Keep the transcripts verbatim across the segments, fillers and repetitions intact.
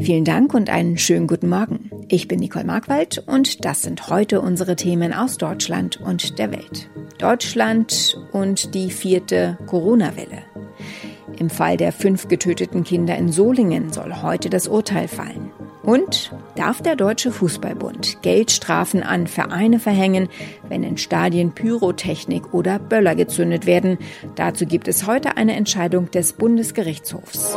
Vielen Dank und einen schönen guten Morgen. Ich bin Nicole Markwald und das sind heute unsere Themen aus Deutschland und der Welt. Deutschland und die vierte Corona-Welle. Im Fall der fünf getöteten Kinder in Solingen soll heute das Urteil fallen. Und darf der Deutsche Fußballbund Geldstrafen an Vereine verhängen, wenn in Stadien Pyrotechnik oder Böller gezündet werden? Dazu gibt es heute eine Entscheidung des Bundesgerichtshofs.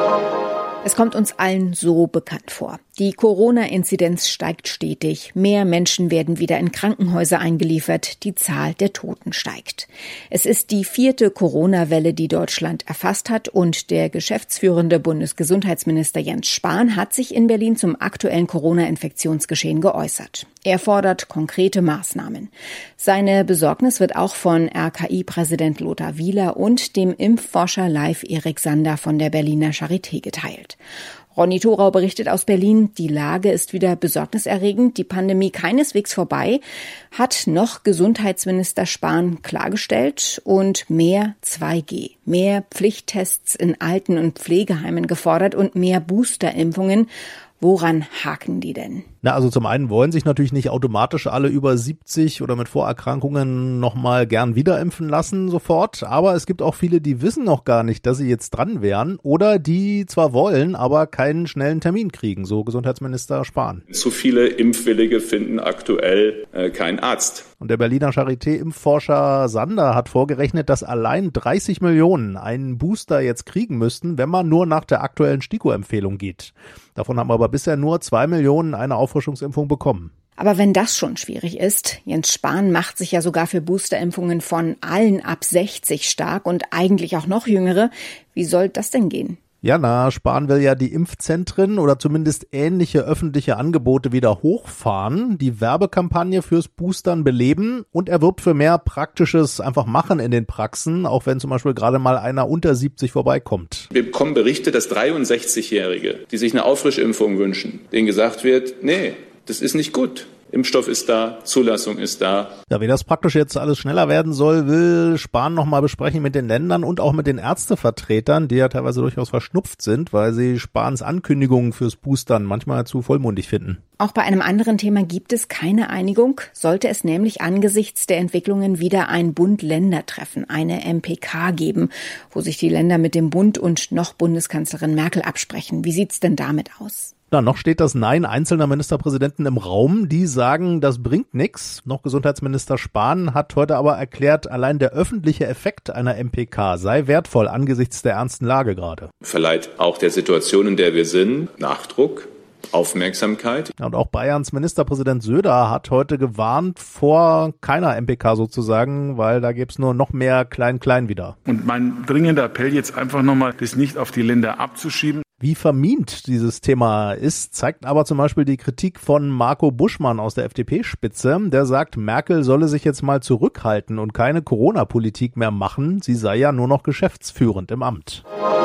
Es kommt uns allen so bekannt vor. Die Corona-Inzidenz steigt stetig. Mehr Menschen werden wieder in Krankenhäuser eingeliefert. Die Zahl der Toten steigt. Es ist die vierte Corona-Welle, die Deutschland erfasst hat. Und der geschäftsführende Bundesgesundheitsminister Jens Spahn hat sich in Berlin zum aktuellen Corona-Infektionsgeschehen geäußert. Er fordert konkrete Maßnahmen. Seine Besorgnis wird auch von R K I-Präsident Lothar Wieler und dem Impfforscher Leif Erik Sander von der Berliner Charité geteilt. Ronny Thorau berichtet aus Berlin, die Lage ist wieder besorgniserregend, die Pandemie keineswegs vorbei, hat noch Gesundheitsminister Spahn klargestellt und mehr zwei G, mehr Pflichttests in Alten- und Pflegeheimen gefordert und mehr Boosterimpfungen. Woran haken die denn? Na, also zum einen wollen sich natürlich nicht automatisch alle über siebzig oder mit Vorerkrankungen nochmal gern wiederimpfen lassen sofort, aber es gibt auch viele, die wissen noch gar nicht, dass sie jetzt dran wären oder die zwar wollen, aber keinen schnellen Termin kriegen, so Gesundheitsminister Spahn. Zu viele Impfwillige finden aktuell äh, keinen Arzt. Und der Berliner Charité-Impfforscher Sander hat vorgerechnet, dass allein dreißig Millionen einen Booster jetzt kriegen müssten, wenn man nur nach der aktuellen STIKO-Empfehlung geht. Davon haben aber bisher nur zwei Millionen eine Auffrischungsimpfung bekommen. Aber wenn das schon schwierig ist, Jens Spahn macht sich ja sogar für Boosterimpfungen von allen ab sechzig stark und eigentlich auch noch Jüngere. Wie soll das denn gehen? Ja, na, Spahn will ja die Impfzentren oder zumindest ähnliche öffentliche Angebote wieder hochfahren, die Werbekampagne fürs Boostern beleben und er wirbt für mehr praktisches einfach machen in den Praxen, auch wenn zum Beispiel gerade mal einer unter siebzig vorbeikommt. Wir bekommen Berichte, dass dreiundsechzigjährige, die sich eine Auffrischimpfung wünschen, denen gesagt wird, nee, das ist nicht gut. Impfstoff ist da, Zulassung ist da. Ja, wie das praktisch jetzt alles schneller werden soll, will Spahn nochmal besprechen mit den Ländern und auch mit den Ärztevertretern, die ja teilweise durchaus verschnupft sind, weil sie Spahns Ankündigungen fürs Boostern manchmal zu vollmundig finden. Auch bei einem anderen Thema gibt es keine Einigung, sollte es nämlich angesichts der Entwicklungen wieder ein Bund-Länder-Treffen, eine M P K geben, wo sich die Länder mit dem Bund und noch Bundeskanzlerin Merkel absprechen. Wie sieht's denn damit aus? Na, noch steht das Nein einzelner Ministerpräsidenten im Raum. Die sagen, das bringt nichts. Noch Gesundheitsminister Spahn hat heute aber erklärt, allein der öffentliche Effekt einer M P K sei wertvoll angesichts der ernsten Lage gerade. Verleiht auch der Situation, in der wir sind, Nachdruck, Aufmerksamkeit. Ja, und auch Bayerns Ministerpräsident Söder hat heute gewarnt vor keiner M P K sozusagen, weil da gäbe es nur noch mehr Klein-Klein wieder. Und mein dringender Appell jetzt einfach nochmal, das nicht auf die Länder abzuschieben. Wie vermint dieses Thema ist, zeigt aber zum Beispiel die Kritik von Marco Buschmann aus der F D P-Spitze. Der sagt, Merkel solle sich jetzt mal zurückhalten und keine Corona-Politik mehr machen. Sie sei ja nur noch geschäftsführend im Amt.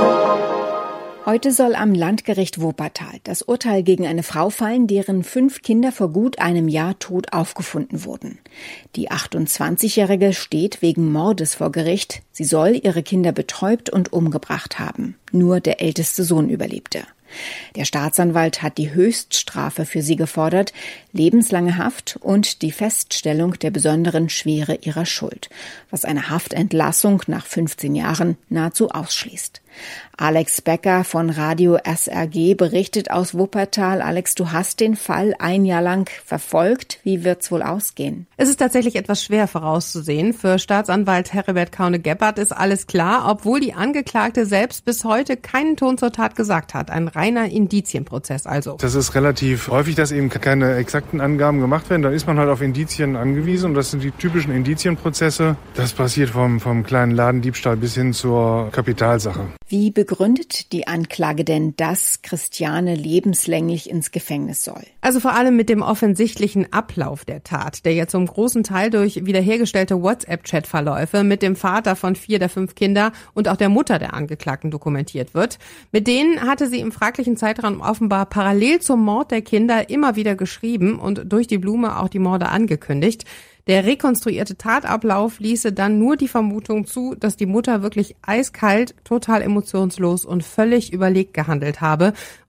Heute soll am Landgericht Wuppertal das Urteil gegen eine Frau fallen, deren fünf Kinder vor gut einem Jahr tot aufgefunden wurden. Die achtundzwanzigjährige steht wegen Mordes vor Gericht. Sie soll ihre Kinder betäubt und umgebracht haben. Nur der älteste Sohn überlebte. Der Staatsanwalt hat die Höchststrafe für sie gefordert, lebenslange Haft und die Feststellung der besonderen Schwere ihrer Schuld, was eine Haftentlassung nach fünfzehn Jahren nahezu ausschließt. Alex Becker von Radio S R G berichtet aus Wuppertal. Alex, du hast den Fall ein Jahr lang verfolgt. Wie wird's wohl ausgehen? Es ist tatsächlich etwas schwer vorauszusehen. Für Staatsanwalt Heribert Kaune-Gebhardt ist alles klar, obwohl die Angeklagte selbst bis heute keinen Ton zur Tat gesagt hat. Ein reiner Indizienprozess also. Das ist relativ häufig, dass eben keine exakten Angaben gemacht werden. Dann ist man halt auf Indizien angewiesen und das sind die typischen Indizienprozesse. Das passiert vom, vom kleinen Ladendiebstahl bis hin zur Kapitalsache. Wie begründet die Anklage denn, dass Christiane lebenslänglich ins Gefängnis soll? Also vor allem mit dem offensichtlichen Ablauf der Tat, der ja zum großen Teil durch wiederhergestellte WhatsApp-Chat-Verläufe mit dem Vater von vier der fünf Kinder und auch der Mutter der Angeklagten dokumentiert wird. Mit denen hatte sie im fraglichen Zeitraum offenbar parallel zum Mord der Kinder immer wieder geschrieben und durch die Blume auch die Morde angekündigt. Der rekonstruierte Tatablauf ließe dann nur die Vermutung zu, dass die Mutter wirklich eiskalt, total emotionslos und völlig überlegt gehandelt habe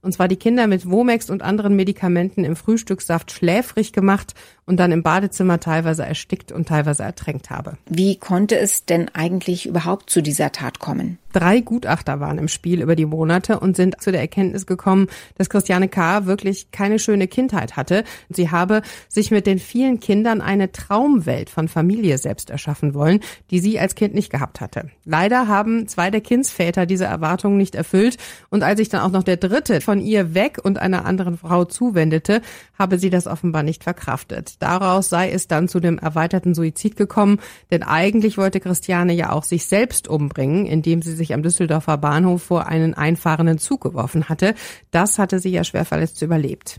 Und zwar die Kinder mit Womex und anderen Medikamenten im Frühstückssaft schläfrig gemacht und dann im Badezimmer teilweise erstickt und teilweise ertränkt habe. Wie konnte es denn eigentlich überhaupt zu dieser Tat kommen? Drei Gutachter waren im Spiel über die Monate und sind zu der Erkenntnis gekommen, dass Christiane K. wirklich keine schöne Kindheit hatte. Sie habe sich mit den vielen Kindern eine Traumwelt von Familie selbst erschaffen wollen, die sie als Kind nicht gehabt hatte. Leider haben zwei der Kindsväter diese Erwartungen nicht erfüllt und als sich dann auch noch der dritte von ihr weg und einer anderen Frau zuwendete, habe sie das offenbar nicht verkraftet. Daraus sei es dann zu dem erweiterten Suizid gekommen, denn eigentlich wollte Christiane ja auch sich selbst umbringen, indem sie sich am Düsseldorfer Bahnhof vor einen einfahrenden Zug geworfen hatte. Das hatte sie ja schwer verletzt überlebt.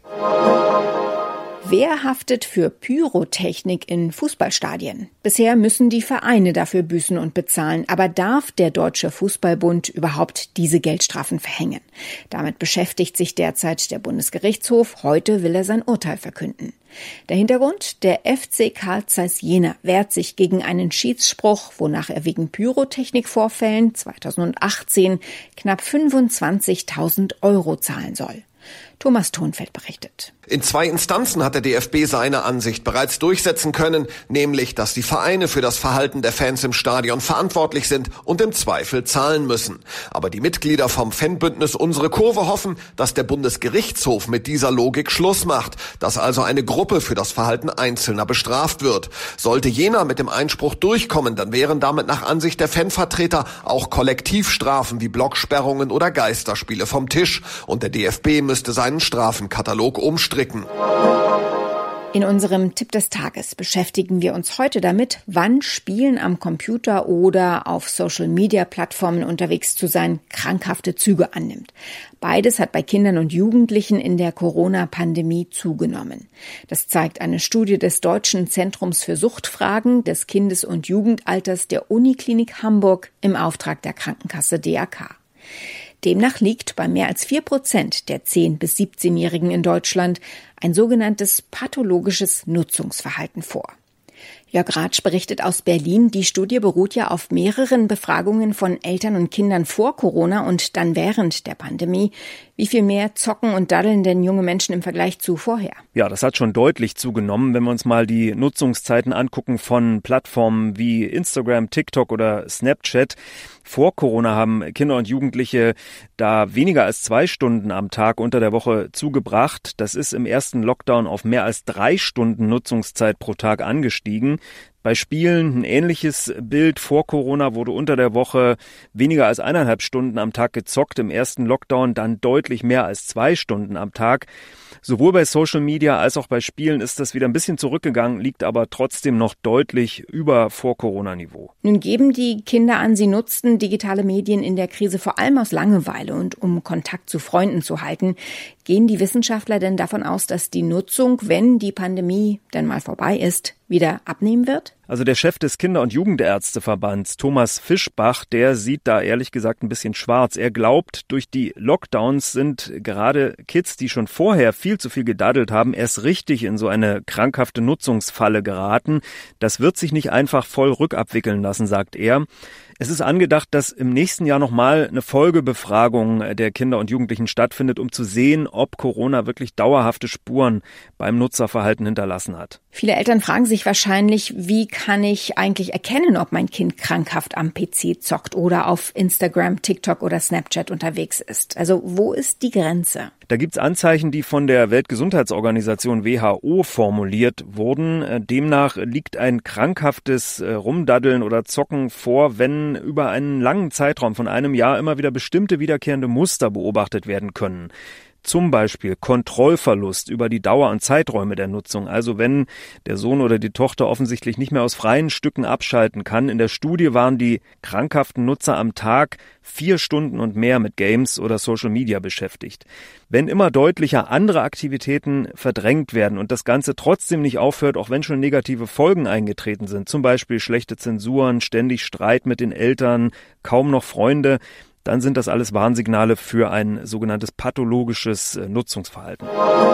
Wer haftet für Pyrotechnik in Fußballstadien? Bisher müssen die Vereine dafür büßen und bezahlen. Aber darf der Deutsche Fußballbund überhaupt diese Geldstrafen verhängen? Damit beschäftigt sich derzeit der Bundesgerichtshof. Heute will er sein Urteil verkünden. Der Hintergrund? Der F C Carl Zeiss Jena wehrt sich gegen einen Schiedsspruch, wonach er wegen Pyrotechnikvorfällen zweitausendachtzehn knapp fünfundzwanzigtausend Euro zahlen soll. Thomas Thonfeld berichtet. In zwei Instanzen hat der D F B seine Ansicht bereits durchsetzen können, nämlich, dass die Vereine für das Verhalten der Fans im Stadion verantwortlich sind und im Zweifel zahlen müssen. Aber die Mitglieder vom Fanbündnis Unsere Kurve hoffen, dass der Bundesgerichtshof mit dieser Logik Schluss macht, dass also eine Gruppe für das Verhalten Einzelner bestraft wird. Sollte Jena mit dem Einspruch durchkommen, dann wären damit nach Ansicht der Fanvertreter auch Kollektivstrafen wie Blocksperrungen oder Geisterspiele vom Tisch und der D F B müsste seinen Strafenkatalog umstricken. In unserem Tipp des Tages beschäftigen wir uns heute damit, wann Spielen am Computer oder auf Social-Media-Plattformen unterwegs zu sein krankhafte Züge annimmt. Beides hat bei Kindern und Jugendlichen in der Corona-Pandemie zugenommen. Das zeigt eine Studie des Deutschen Zentrums für Suchtfragen des Kindes- und Jugendalters der Uniklinik Hamburg im Auftrag der Krankenkasse D R K. Demnach liegt bei mehr als vier Prozent der zehn- bis siebzehnjährigen in Deutschland ein sogenanntes pathologisches Nutzungsverhalten vor. Jörg Ratsch berichtet aus Berlin, die Studie beruht ja auf mehreren Befragungen von Eltern und Kindern vor Corona und dann während der Pandemie. Wie viel mehr zocken und daddeln denn junge Menschen im Vergleich zu vorher? Ja, das hat schon deutlich zugenommen, wenn wir uns mal die Nutzungszeiten angucken von Plattformen wie Instagram, TikTok oder Snapchat. Vor Corona haben Kinder und Jugendliche da weniger als zwei Stunden am Tag unter der Woche zugebracht. Das ist im ersten Lockdown auf mehr als drei Stunden Nutzungszeit pro Tag angestiegen. Bei Spielen ein ähnliches Bild. Vor Corona wurde unter der Woche weniger als eineinhalb Stunden am Tag gezockt. Im ersten Lockdown dann deutlich mehr als zwei Stunden am Tag. Sowohl bei Social Media als auch bei Spielen ist das wieder ein bisschen zurückgegangen, liegt aber trotzdem noch deutlich über Vor-Corona-Niveau. Nun geben die Kinder an, sie nutzten digitale Medien in der Krise vor allem aus Langeweile und um Kontakt zu Freunden zu halten. Gehen die Wissenschaftler denn davon aus, dass die Nutzung, wenn die Pandemie denn mal vorbei ist, wieder abnehmen wird? Also der Chef des Kinder- und Jugendärzteverbands, Thomas Fischbach, der sieht da ehrlich gesagt ein bisschen schwarz. Er glaubt, durch die Lockdowns sind gerade Kids, die schon vorher viel zu viel gedaddelt haben, erst richtig in so eine krankhafte Nutzungsfalle geraten. Das wird sich nicht einfach voll rückabwickeln lassen, sagt er. Es ist angedacht, dass im nächsten Jahr nochmal eine Folgebefragung der Kinder und Jugendlichen stattfindet, um zu sehen, ob Corona wirklich dauerhafte Spuren beim Nutzerverhalten hinterlassen hat. Viele Eltern fragen sich wahrscheinlich, wie kann ich eigentlich erkennen, ob mein Kind krankhaft am P C zockt oder auf Instagram, TikTok oder Snapchat unterwegs ist. Also wo ist die Grenze? Da gibt's Anzeichen, die von der Weltgesundheitsorganisation W H O formuliert wurden. Demnach liegt ein krankhaftes Rumdaddeln oder Zocken vor, wenn über einen langen Zeitraum von einem Jahr immer wieder bestimmte wiederkehrende Muster beobachtet werden können. Zum Beispiel Kontrollverlust über die Dauer und Zeiträume der Nutzung. Also wenn der Sohn oder die Tochter offensichtlich nicht mehr aus freien Stücken abschalten kann. In der Studie waren die krankhaften Nutzer am Tag vier Stunden und mehr mit Games oder Social Media beschäftigt. Wenn immer deutlicher andere Aktivitäten verdrängt werden und das Ganze trotzdem nicht aufhört, auch wenn schon negative Folgen eingetreten sind, zum Beispiel schlechte Zensuren, ständig Streit mit den Eltern, kaum noch Freunde, dann sind das alles Warnsignale für ein sogenanntes pathologisches Nutzungsverhalten.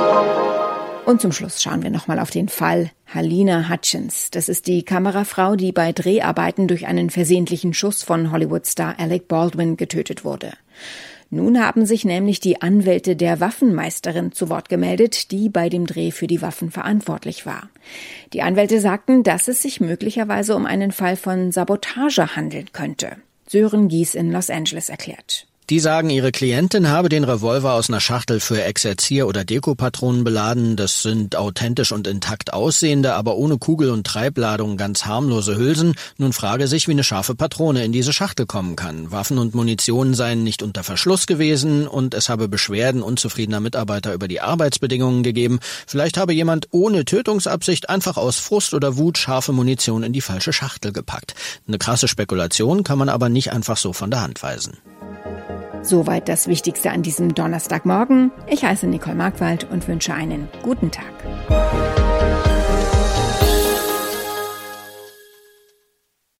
Und zum Schluss schauen wir nochmal auf den Fall Halyna Hutchins. Das ist die Kamerafrau, die bei Dreharbeiten durch einen versehentlichen Schuss von Hollywood-Star Alec Baldwin getötet wurde. Nun haben sich nämlich die Anwälte der Waffenmeisterin zu Wort gemeldet, die bei dem Dreh für die Waffen verantwortlich war. Die Anwälte sagten, dass es sich möglicherweise um einen Fall von Sabotage handeln könnte. Sören Gies in Los Angeles erklärt. Die sagen, ihre Klientin habe den Revolver aus einer Schachtel für Exerzier- oder Dekopatronen beladen. Das sind authentisch und intakt aussehende, aber ohne Kugel- und Treibladung ganz harmlose Hülsen. Nun frage sich, wie eine scharfe Patrone in diese Schachtel kommen kann. Waffen und Munition seien nicht unter Verschluss gewesen und es habe Beschwerden unzufriedener Mitarbeiter über die Arbeitsbedingungen gegeben. Vielleicht habe jemand ohne Tötungsabsicht einfach aus Frust oder Wut scharfe Munition in die falsche Schachtel gepackt. Eine krasse Spekulation kann man aber nicht einfach so von der Hand weisen. Soweit das Wichtigste an diesem Donnerstagmorgen. Ich heiße Nicole Markwald und wünsche einen guten Tag.